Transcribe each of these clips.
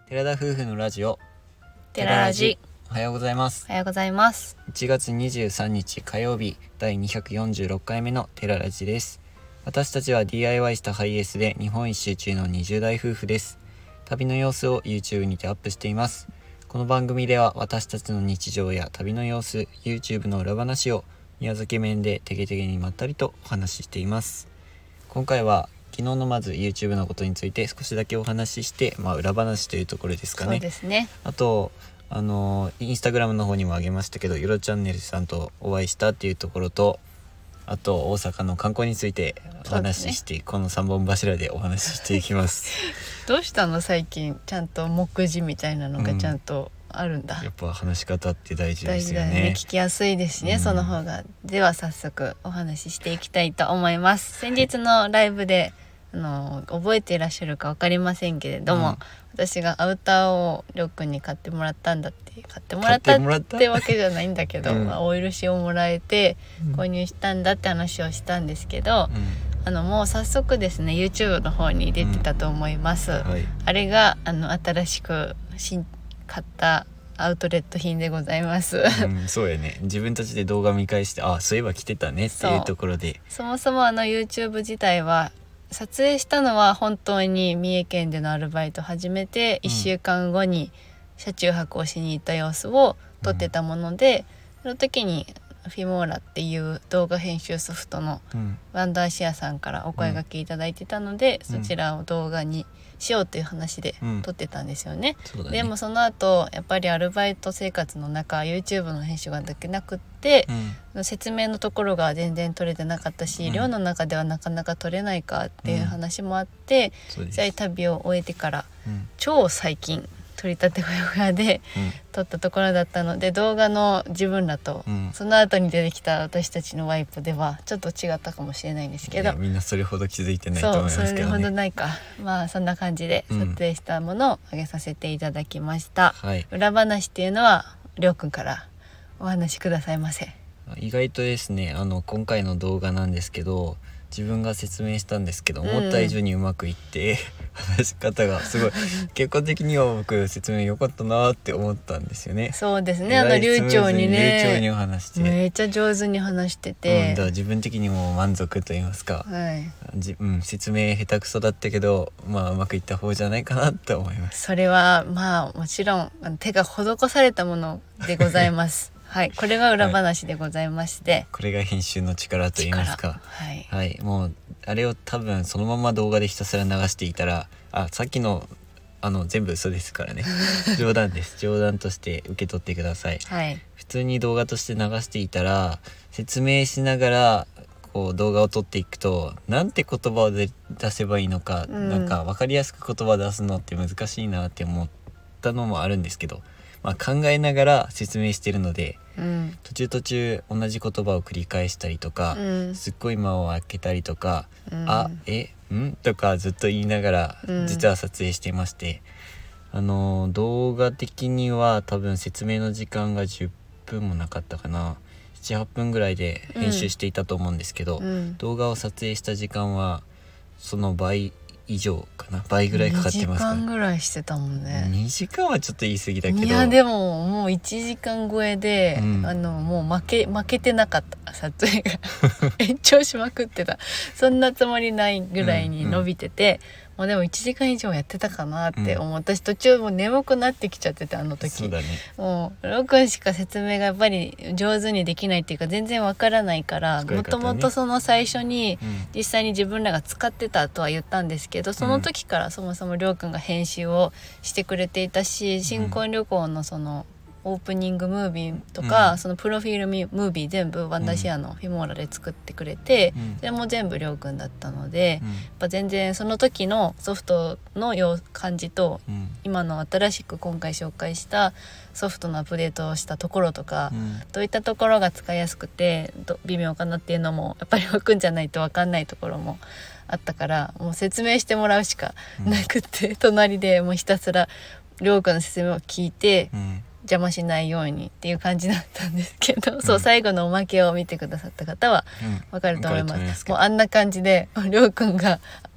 寺田夫婦のラジオテララジ。 おはようございます。 おはようございます。 1月23日火曜日第246回目のテララジです。私たちは DIY したハイエースで日本一周中の20代夫婦です。旅の様子を YouTube にてアップしています。この番組では私たちの日常や旅の様子、 YouTube の裏話を宮崎弁でテケテケにまったりとお話ししています。今回は昨日のまず YouTube のことについて少しだけお話しして、裏話というところですかね。 そうですね。 あとインスタグラムの方にもあげましたけど、ゆろチャンネルさんとお会いしたっていうところと、あと大阪の観光についてお話しして、この3本柱でお話ししていきますどうしたの最近、ちゃんと目次みたいなのがちゃんとあるんだ。 やっぱ話し方って大事大ですよね。 事だね。聞きやすいですね、その方が。では早速お話ししていきたいと思います。先日のライブで覚えていらっしゃるか分かりませんけれども、私がアウターをりょうくんに買ってもらったんだって、買ってもらったってわけじゃないんだけど、お許しをもらえて購入したんだって話をしたんですけど、もう早速ですね YouTube の方に出てたと思います、あれが新しく買ったアウトレット品でございます、 そうやね。自分たちで動画見返して、そういえば来てたねっていうところで、 そもそもYouTube 自体は撮影したのは本当に三重県でのアルバイト始めて1週間後に車中泊をしに行った様子を撮ってたもので、その時にフィモーラっていう動画編集ソフトのワンダーシェアさんからお声掛けいただいてたので、そちらを動画にしようという話で撮ってたんですよね。でもその後やっぱりアルバイト生活の中 YouTube の編集ができなくって、説明のところが全然撮れてなかったし、寮の中ではなかなか撮れないかっていう話もあって、実際旅を終えてから、超最近撮りたてほやほやで撮ったところだったので、動画の自分らと、その後に出てきた私たちのワイプではちょっと違ったかもしれないんですけど、 みんなそれほど気づいてないと思いますけどね。 それほどないか。そんな感じで撮影したものを上げさせていただきました、裏話っていうのはりょうくんからお話しくださいませ。 意外とですね、今回の動画なんですけど、自分が説明したんですけど、思った以上にうまくいって話し方がすごい結果的には僕説明良かったなって思ったんですよね。 そうですね、流暢に話してめっちゃ上手に話してて、 だから自分的にも満足と言いますか、説明下手くそだったけどうまくいった方じゃないかなと思います。 それはもちろん手が施されたものでございますこれが裏話でございまして、 これが編集の力と言いますか。もうあれを多分そのまま動画でひたすら流していたら、さっきの全部嘘ですからね冗談です。冗談として受け取ってください。普通に動画として流していたら、説明しながらこう動画を撮っていくと、なんて言葉を出せばいいのか、なんか分かりやすく言葉を出すのって難しいなって思ったのもあるんですけど、考えながら説明してるので、途中同じ言葉を繰り返したりとか、すっごい間を空けたりとか、とかずっと言いながら実は撮影していまして、動画的には多分説明の時間が10分もなかったかな、7、8分ぐらいで編集していたと思うんですけど、動画を撮影した時間はその倍以上かな、倍ぐらいかかってますから。 2時間ぐらいしてたもんね。 2時間はちょっと言い過ぎだけど、 いやでももう1時間超えで、もう負けてなかった、撮影が延長しまくってた。そんなつもりないぐらいに伸びてて、もうでも1時間以上やってたかなって思う、私途中もう眠くなってきちゃってて、時そうだね。 もうロー君しか説明がやっぱり上手にできないっていうか全然わからないから、もともとその最初に実際に自分らが使ってたとは言ったんですけど、その時からそもそもりょう君が編集をしてくれていたし、新婚旅行のそのオープニングムービーとか、そのプロフィールムービー全部ワンダーシェアのフィモーラで作ってくれて、それも全部りょうくんだったので、やっぱ全然その時のソフトの感じと、今の新しく今回紹介したソフトのアップデートをしたところとか、どういったところが使いやすくて微妙かなっていうのもやっぱりりょうくんじゃないと分かんないところもあったから、もう説明してもらうしかなくて、隣でもうひたすらりょうくんの説明を聞いて、邪魔しないようにっていう感じだったんですけど、最後のおまけを見てくださった方は分かると思います。もうあんな感じでりょうくんが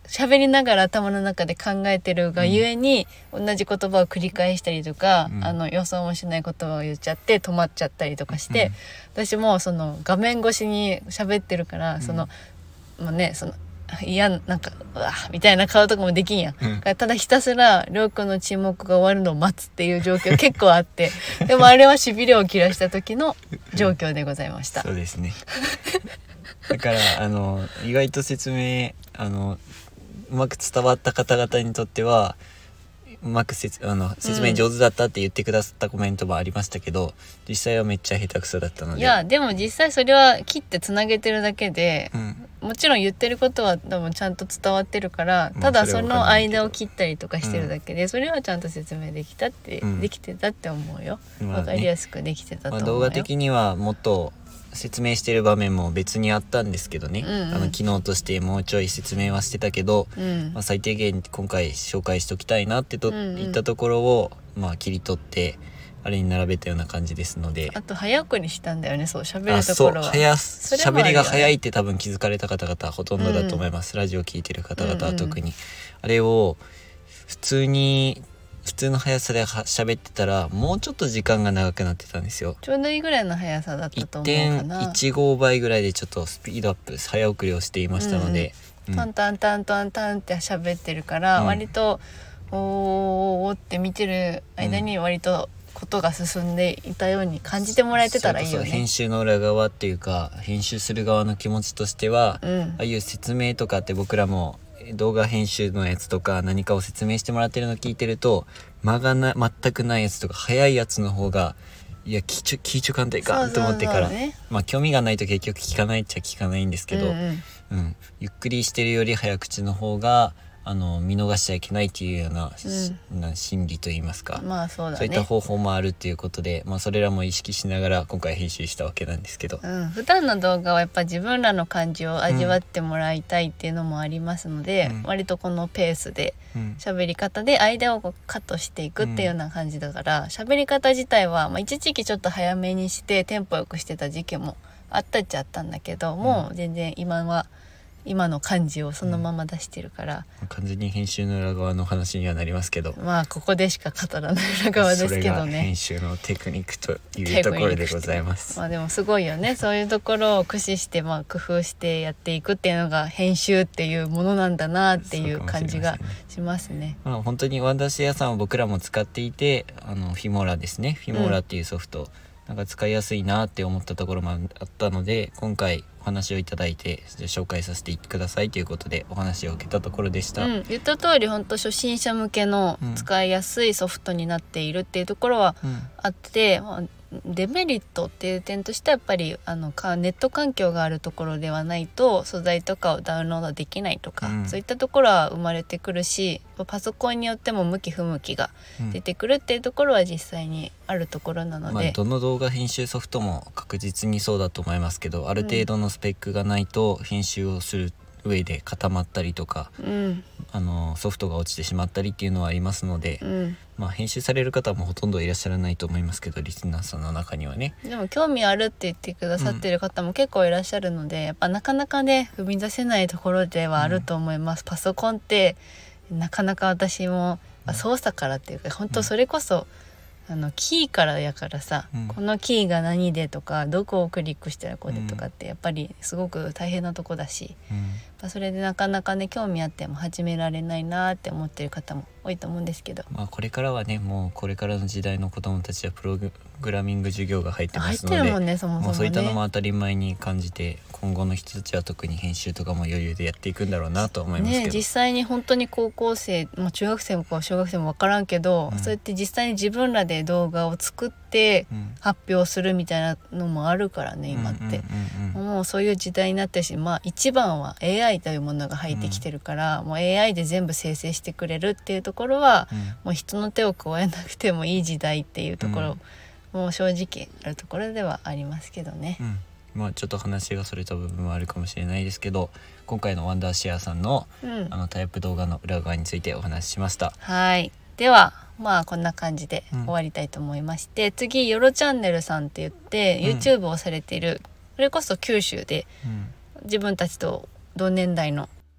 喋りながら頭の中で考えてるがゆえに、同じ言葉を繰り返したりとか、予想もしない言葉を言っちゃって止まっちゃったりとかして、私もその画面越しに喋ってるから、そのもうね、そのなんかうわみたいな顔とかもできんやん、ただひたすらりょうくんの沈黙が終わるのを待つっていう状況結構あってでもあれはしびれを切らした時の状況でございました。 そうですね。だから意外と説明うまく伝わった方々にとってはうまく説明上手だったって言ってくださったコメントもありましたけど、実際はめっちゃ下手くそだったので。 いやでも実際それは切ってつなげてるだけで、もちろん言ってることは多分ちゃんと伝わってるから、ただその間を切ったりとかしてるだけで、それはちゃんと説明できてたって思うよ。わかりやすくできてたと思うよ。 動画的にはもっと説明してる場面も別にあったんですけどね、機能としてもうちょい説明はしてたけど、最低限今回紹介しときたいなって言ったところを、切り取ってあれに並べたような感じですので。 あと早送りしたんだよね。そう喋るところは喋りが早いって多分気づかれた方々ほとんどだと思います、ラジオ聞いてる方々は特に、あれを普通の速さで喋ってたらもうちょっと時間が長くなってたんですよ。 ちょうどいいぐらいの速さだったと思うかな。 1.15 倍ぐらいでちょっとスピードアップ早送りをしていましたので、 タンタンタンタンタンって喋ってるから、割とおーって見てる間に割とことが進んでいたように感じてもらえてたらいいよね。 編集の裏側っていうか編集する側の気持ちとしては、ああいう説明とかって僕らも動画編集のやつとか何かを説明してもらってるの聞いてると、間が全くないやつとか早いやつの方がいや聞いちょかんといかんと思ってから、興味がないと結局聞かないっちゃ聞かないんですけど、ゆっくりしてるより早口の方が見逃しちゃいけないっていうような、心理といいますか、 そうだね、 そういった方法もあるっていうことで、それらも意識しながら今回編集したわけなんですけど、 普段の動画はやっぱ自分らの感じを味わってもらいたいっていうのもありますので、割とこのペースで喋り方で間をカットしていくっていうような感じだから、喋り方自体は、一時期ちょっと早めにしてテンポよくしてた時期もあったっちゃあったんだけど、もう全然今の感じをそのまま出してるから、 完全に編集の裏側の話にはなりますけど、 ここでしか語らない裏側ですけどね。 それが編集のテクニックというところでございます。 でもすごいよね。そういうところを駆使して工夫してやっていくっていうのが編集っていうものなんだなっていう感じがしますね。 本当にワンダーシェアさんは僕らも使っていて、フィモーラですね、フィモーラっていうソフト、なんか使いやすいなって思ったところもあったので、今回お話をいただいて紹介させてくださいということでお話を受けたところでした。 言った通り本当初心者向けの使いやすいソフトになっているっていうところはあって、デメリットっていう点としてはやっぱりネット環境があるところではないと素材とかをダウンロードできないとか、そういったところは生まれてくるし、パソコンによっても向き不向きが出てくるっていうところは実際にあるところなので、 どの動画編集ソフトも確実にそうだと思いますけど、ある程度のスペックがないと編集をする上で固まったりとか、ソフトが落ちてしまったりっていうのはありますので、編集される方もほとんどいらっしゃらないと思いますけど、リスナーさんの中にはね。 でも興味あるって言ってくださってる方も結構いらっしゃるので、やっぱなかなかね踏み出せないところではあると思います。パソコンってなかなか私も操作からっていうか、本当それこそキーからやからさ、このキーが何でとかどこをクリックしたらこうでとかってやっぱりすごく大変なとこだし、それでなかなかね興味あっても始められないなって思ってる方も多いと思うんですけど、 これからはね、もうこれからの時代の子どもたちはプログラミング授業が入ってますので、 入ってるもんね、そもそもね。 もうそういったのも当たり前に感じて、今後の人たちは特に編集とかも余裕でやっていくんだろうなと思いますけど、 実際に本当に高校生、中学生も小学生も分からんけど、そうやって実際に自分らで動画を作って発表するみたいなのもあるからね、今って、もうそういう時代になったし、一番は AI というものが入ってきてるから、もう AI で全部生成してくれるっていうところは、もう人の手を加えなくてもいい時代っていうところ、もう正直あるところではありますけどね。 ちょっと話がそれた部分はあるかもしれないですけど、今回のワンダーシェアさんの、タイプ動画の裏側についてお話ししました。 はい、ではこんな感じで終わりたいと思いまして、次よろチャンネルさんって言って、YouTube をされている、それこそ九州で、自分たちと同年代の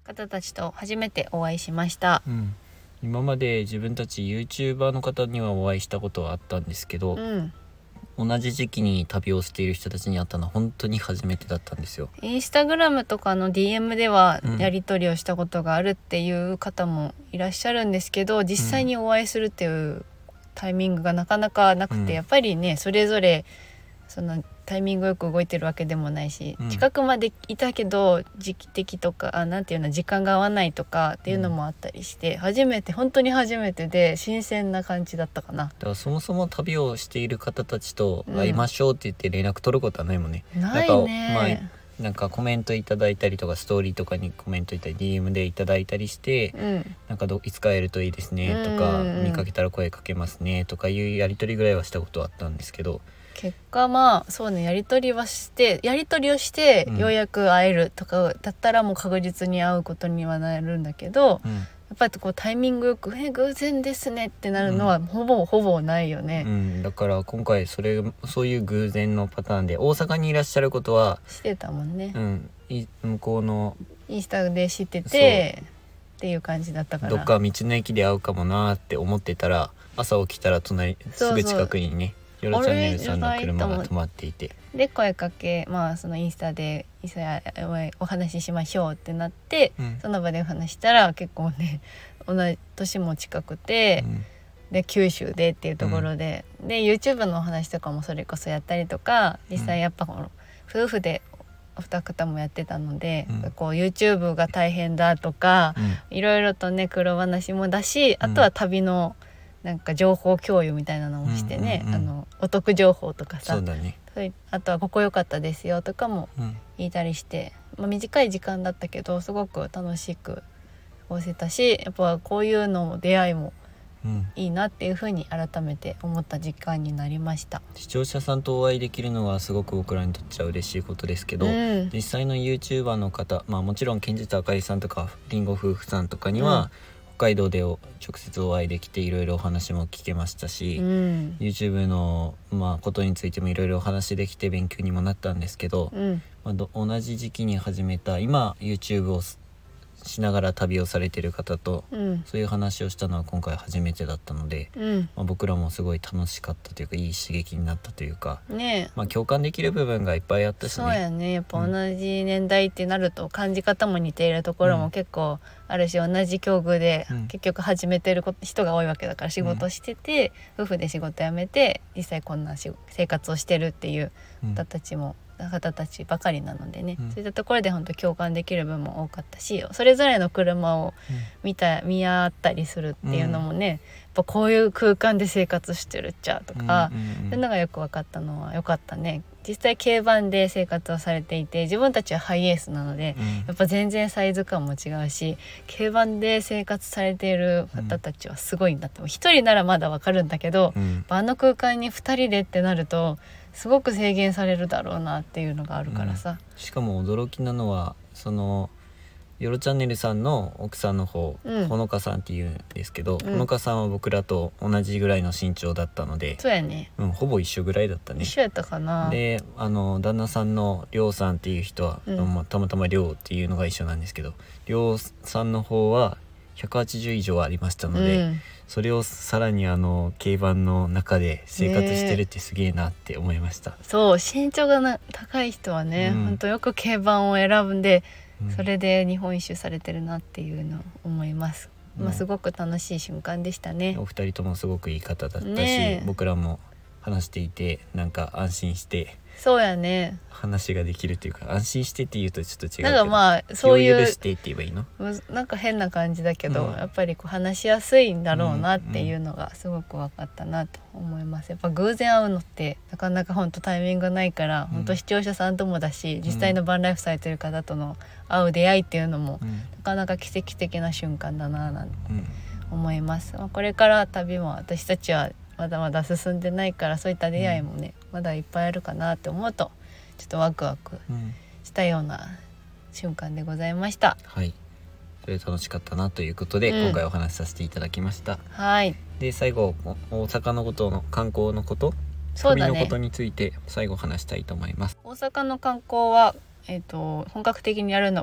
方たちと初めてお会いしました。 今まで自分たち YouTuber の方にはお会いしたことはあったんですけど、同じ時期に旅をしている人たちに会ったのは本当に初めてだったんですよ。 インスタグラムとかの DM ではやり取りをしたことがあるっていう方もいらっしゃるんですけど、実際にお会いするっていうタイミングがなかなかなくて、やっぱりねそれぞれそのタイミングよく動いてるわけでもないし、近くまでいたけど時期的とかなんていうの時間が合わないとかっていうのもあったりして、本当に初めてで新鮮な感じだったかな。 だからそもそも旅をしている方たちと会いましょうって言って連絡取ることはないもんね。 ないね。 なんかコメントいただいたりとかストーリーとかにコメントいたり DM でいただいたりして、なんかいつか会えるといいですねとか、見かけたら声かけますねとかいうやり取りぐらいはしたことはあったんですけど、 結果そうね、やり取りをしてようやく会えるとかだったらもう確実に会うことにはなるんだけど、やっぱりこうタイミングよく偶然ですねってなるのはほぼないよね。 だから今回そういう偶然のパターンで大阪にいらっしゃることはしてたもんね。 向こうのインスタで知っててっていう感じだったから、 どっか道の駅で会うかもなって思ってたら、朝起きたらすぐ近くにねよろチャンネルさんの車が止まっていて、 で声かけそのインスタでお話ししましょうってなって、その場でお話したら結構ね同じ年も近くて、で九州でっていうところで、で YouTube のお話とかもそれこそやったりとか、実際やっぱこの夫婦でお二方もやってたので、こう YouTube が大変だとか、いろいろとね苦労話もだし、あとは旅のなんか情報共有みたいなのもしてね、お得情報とかさ、 そうだね、 あとはここ良かったですよとかも言いたりして、短い時間だったけどすごく楽しく過ごせたし、やっぱこういうのも出会いもいいなっていうふうに改めて思った時間になりました。 視聴者さんとお会いできるのはすごく僕らにとっちゃ嬉しいことですけど、実際の YouTuber の方、もちろん堅実あかりさんとかりんご夫婦さんとかには、北海道で直接お会いできていろいろお話も聞けましたし、YouTube のことについてもいろいろお話できて勉強にもなったんですけど、同じ時期に始めた今 YouTube をしながら旅をされている方と、そういう話をしたのは今回初めてだったので、僕らもすごい楽しかったというか、いい刺激になったというか、共感できる部分がいっぱいあったしね。 そうやね、やっぱ同じ年代ってなると感じ方も似ているところも結構あるし、同じ境遇で結局始めてる人が多いわけだから、仕事してて、夫婦で仕事辞めて実際こんな生活をしてるっていう方たちばかりなのでね、そういったところで本当共感できる部分も多かったし、それぞれの車を見合ったりするっていうのもね、やっぱこういう空間で生活してるっちゃとか、そういうのがよく分かったのはよかったね。実際軽バンで生活をされていて、自分たちはハイエースなので、やっぱ全然サイズ感も違うし、軽バンで生活されている方たちはすごいんだって。一人ならまだ分かるんだけど、あの空間に2人でってなるとすごく制限されるだろうなっていうのがあるからさ、 しかも驚きなのは、そのよろチャンネルさんの奥さんの方、ほのかさんっていうんですけど、ほのかさんは僕らと同じぐらいの身長だったので、 そうやね、 ほぼ一緒ぐらいだったね。 一緒やったかな。 で旦那さんのりょうさんっていう人は、たまたまりょうっていうのが一緒なんですけど、りょうさんの方は180以上ありましたので、それをさらに軽バンの中で生活してるってすげえなって思いました。 そう、身長が高い人はね、本当よく軽バンを選んで、それで日本一周されてるなっていうのを思います。すごく楽しい瞬間でしたね。 お二人ともすごくいい方だったし、僕らも話していてなんか安心して、 そうやね、 話ができるというか、安心してって言うとちょっと違うけど、 なんかそういう許してって言えばいいの、 なんか変な感じだけど、やっぱり話しやすいんだろうなっていうのがすごく分かったなと思います。やっぱ偶然会うのってなかなか本当タイミングがないから、本当視聴者さんともだし、実際のバンライフされてる方との会う出会いっていうのも、なかなか奇跡的な瞬間だななんて思います。これから旅も私たちはまだまだ進んでないから、そういった出会いもね、まだいっぱいあるかなって思うとちょっとワクワクしたような瞬間でございました。 はい、それ楽しかったなということで、今回お話しさせていただきました。 はい。 で最後、大阪のことの観光のこと、旅のことについて最後話したいと思います。 大阪の観光は、本格的にやるのは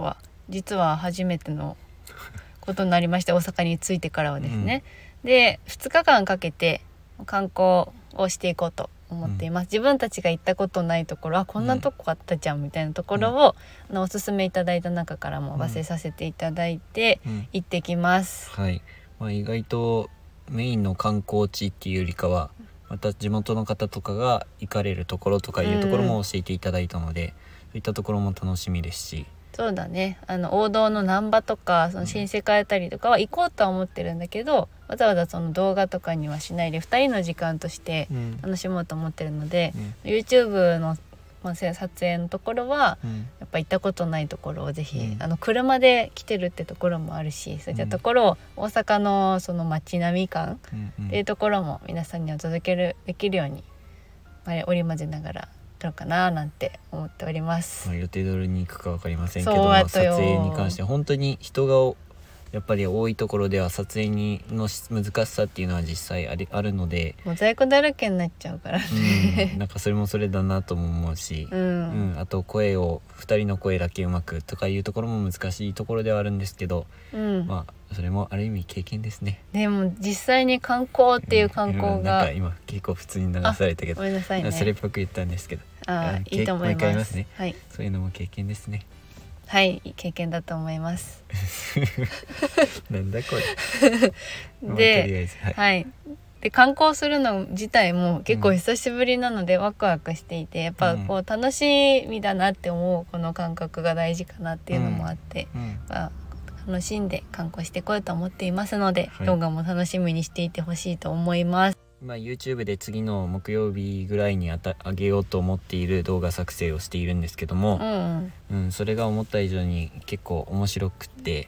実は初めてのことになりまして、大阪に着いてからはですね、で2日間かけて観光をしていこうと思っています。自分たちが行ったことないところ、こんなとこあったじゃんみたいなところを、おすすめいただいた中からも忘れさせていただいて行ってきます。 はい、意外とメインの観光地っていうよりかは、また地元の方とかが行かれるところとかいうところも教えていただいたので、そういったところも楽しみですし。 そうだね、王道の難波とかその新世界あたりとかは行こうとは思ってるんだけど、わざわざその動画とかにはしないで2人の時間として楽しもうと思ってるので、YouTube の撮影のところはやっぱ行ったことないところをぜひ、車で来てるってところもあるし、そういったところを大阪のその街並み感っていうところも皆さんにお届けできるように織り交ぜながらどうかななんて思っております。 予定通りに行くか分かりませんけど、撮影に関して本当に人がやっぱり多いところでは撮影の難しさっていうのは実際あるので、 もう在庫だらけになっちゃうからね、 なんかそれもそれだなとも思うし、あと声を2人の声だけうまくとかいうところも難しいところではあるんですけど、それもある意味経験ですね。 でも実際に観光っていう観光が、 なんか今結構普通に流されたけど、 ごめんなさいね、 それっぽく言ったんですけど、 いいと思います。 もう一回言いますね、 はい、 そういうのも経験ですね。 はい、経験だと思いますなんだこれで、 とりあえずで観光するの自体も結構久しぶりなのでワクワクしていて、やっぱこう楽しみだなって思うこの感覚が大事かなっていうのもあって、楽しんで観光してこようと思っていますので、動画も楽しみにしていてほしいと思います。 YouTube で次の木曜日ぐらいに上げようと思っている動画作成をしているんですけども、それが思った以上に結構面白くって、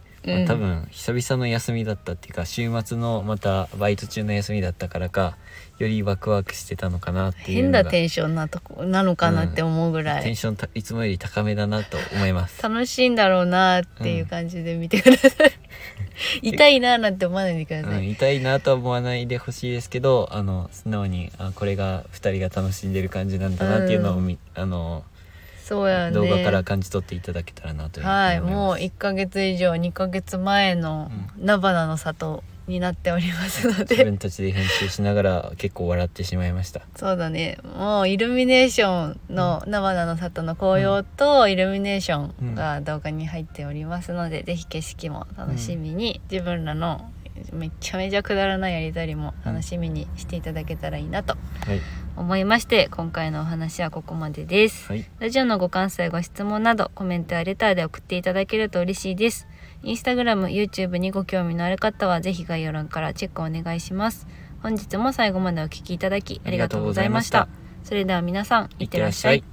多分久々の休みだったっていうか、週末のまたバイト中の休みだったからか、よりワクワクしてたのかなっていうのが、 変なテンションなのかなって思うぐらい、 テンションいつもより高めだなと思います楽しいんだろうなっていう感じで見てください、痛いななんて思わないでください、 痛いなとは思わないでほしいですけど、素直にこれが2人が楽しんでる感じなんだなっていうのをそうやね、 動画から感じ取っていただけたらなというふうに思います。 もう1ヶ月以上2ヶ月前の菜花の里になっておりますので、 自分たちで編集しながら結構笑ってしまいました。 そうだね、もうイルミネーションの菜花の里の紅葉とイルミネーションが動画に入っておりますので、ぜひ景色も楽しみに、自分らのめちゃめちゃくだらないやり取りも楽しみにしていただけたらいいなと思いまして、今回のお話はここまでです、ラジオのご感想やご質問などコメントやレターで送っていただけると嬉しいです。インスタグラム、YouTube にご興味のある方はぜひ概要欄からチェックお願いします。本日も最後までお聞きいただきありがとうございました。それでは皆さん、いってらっしゃい。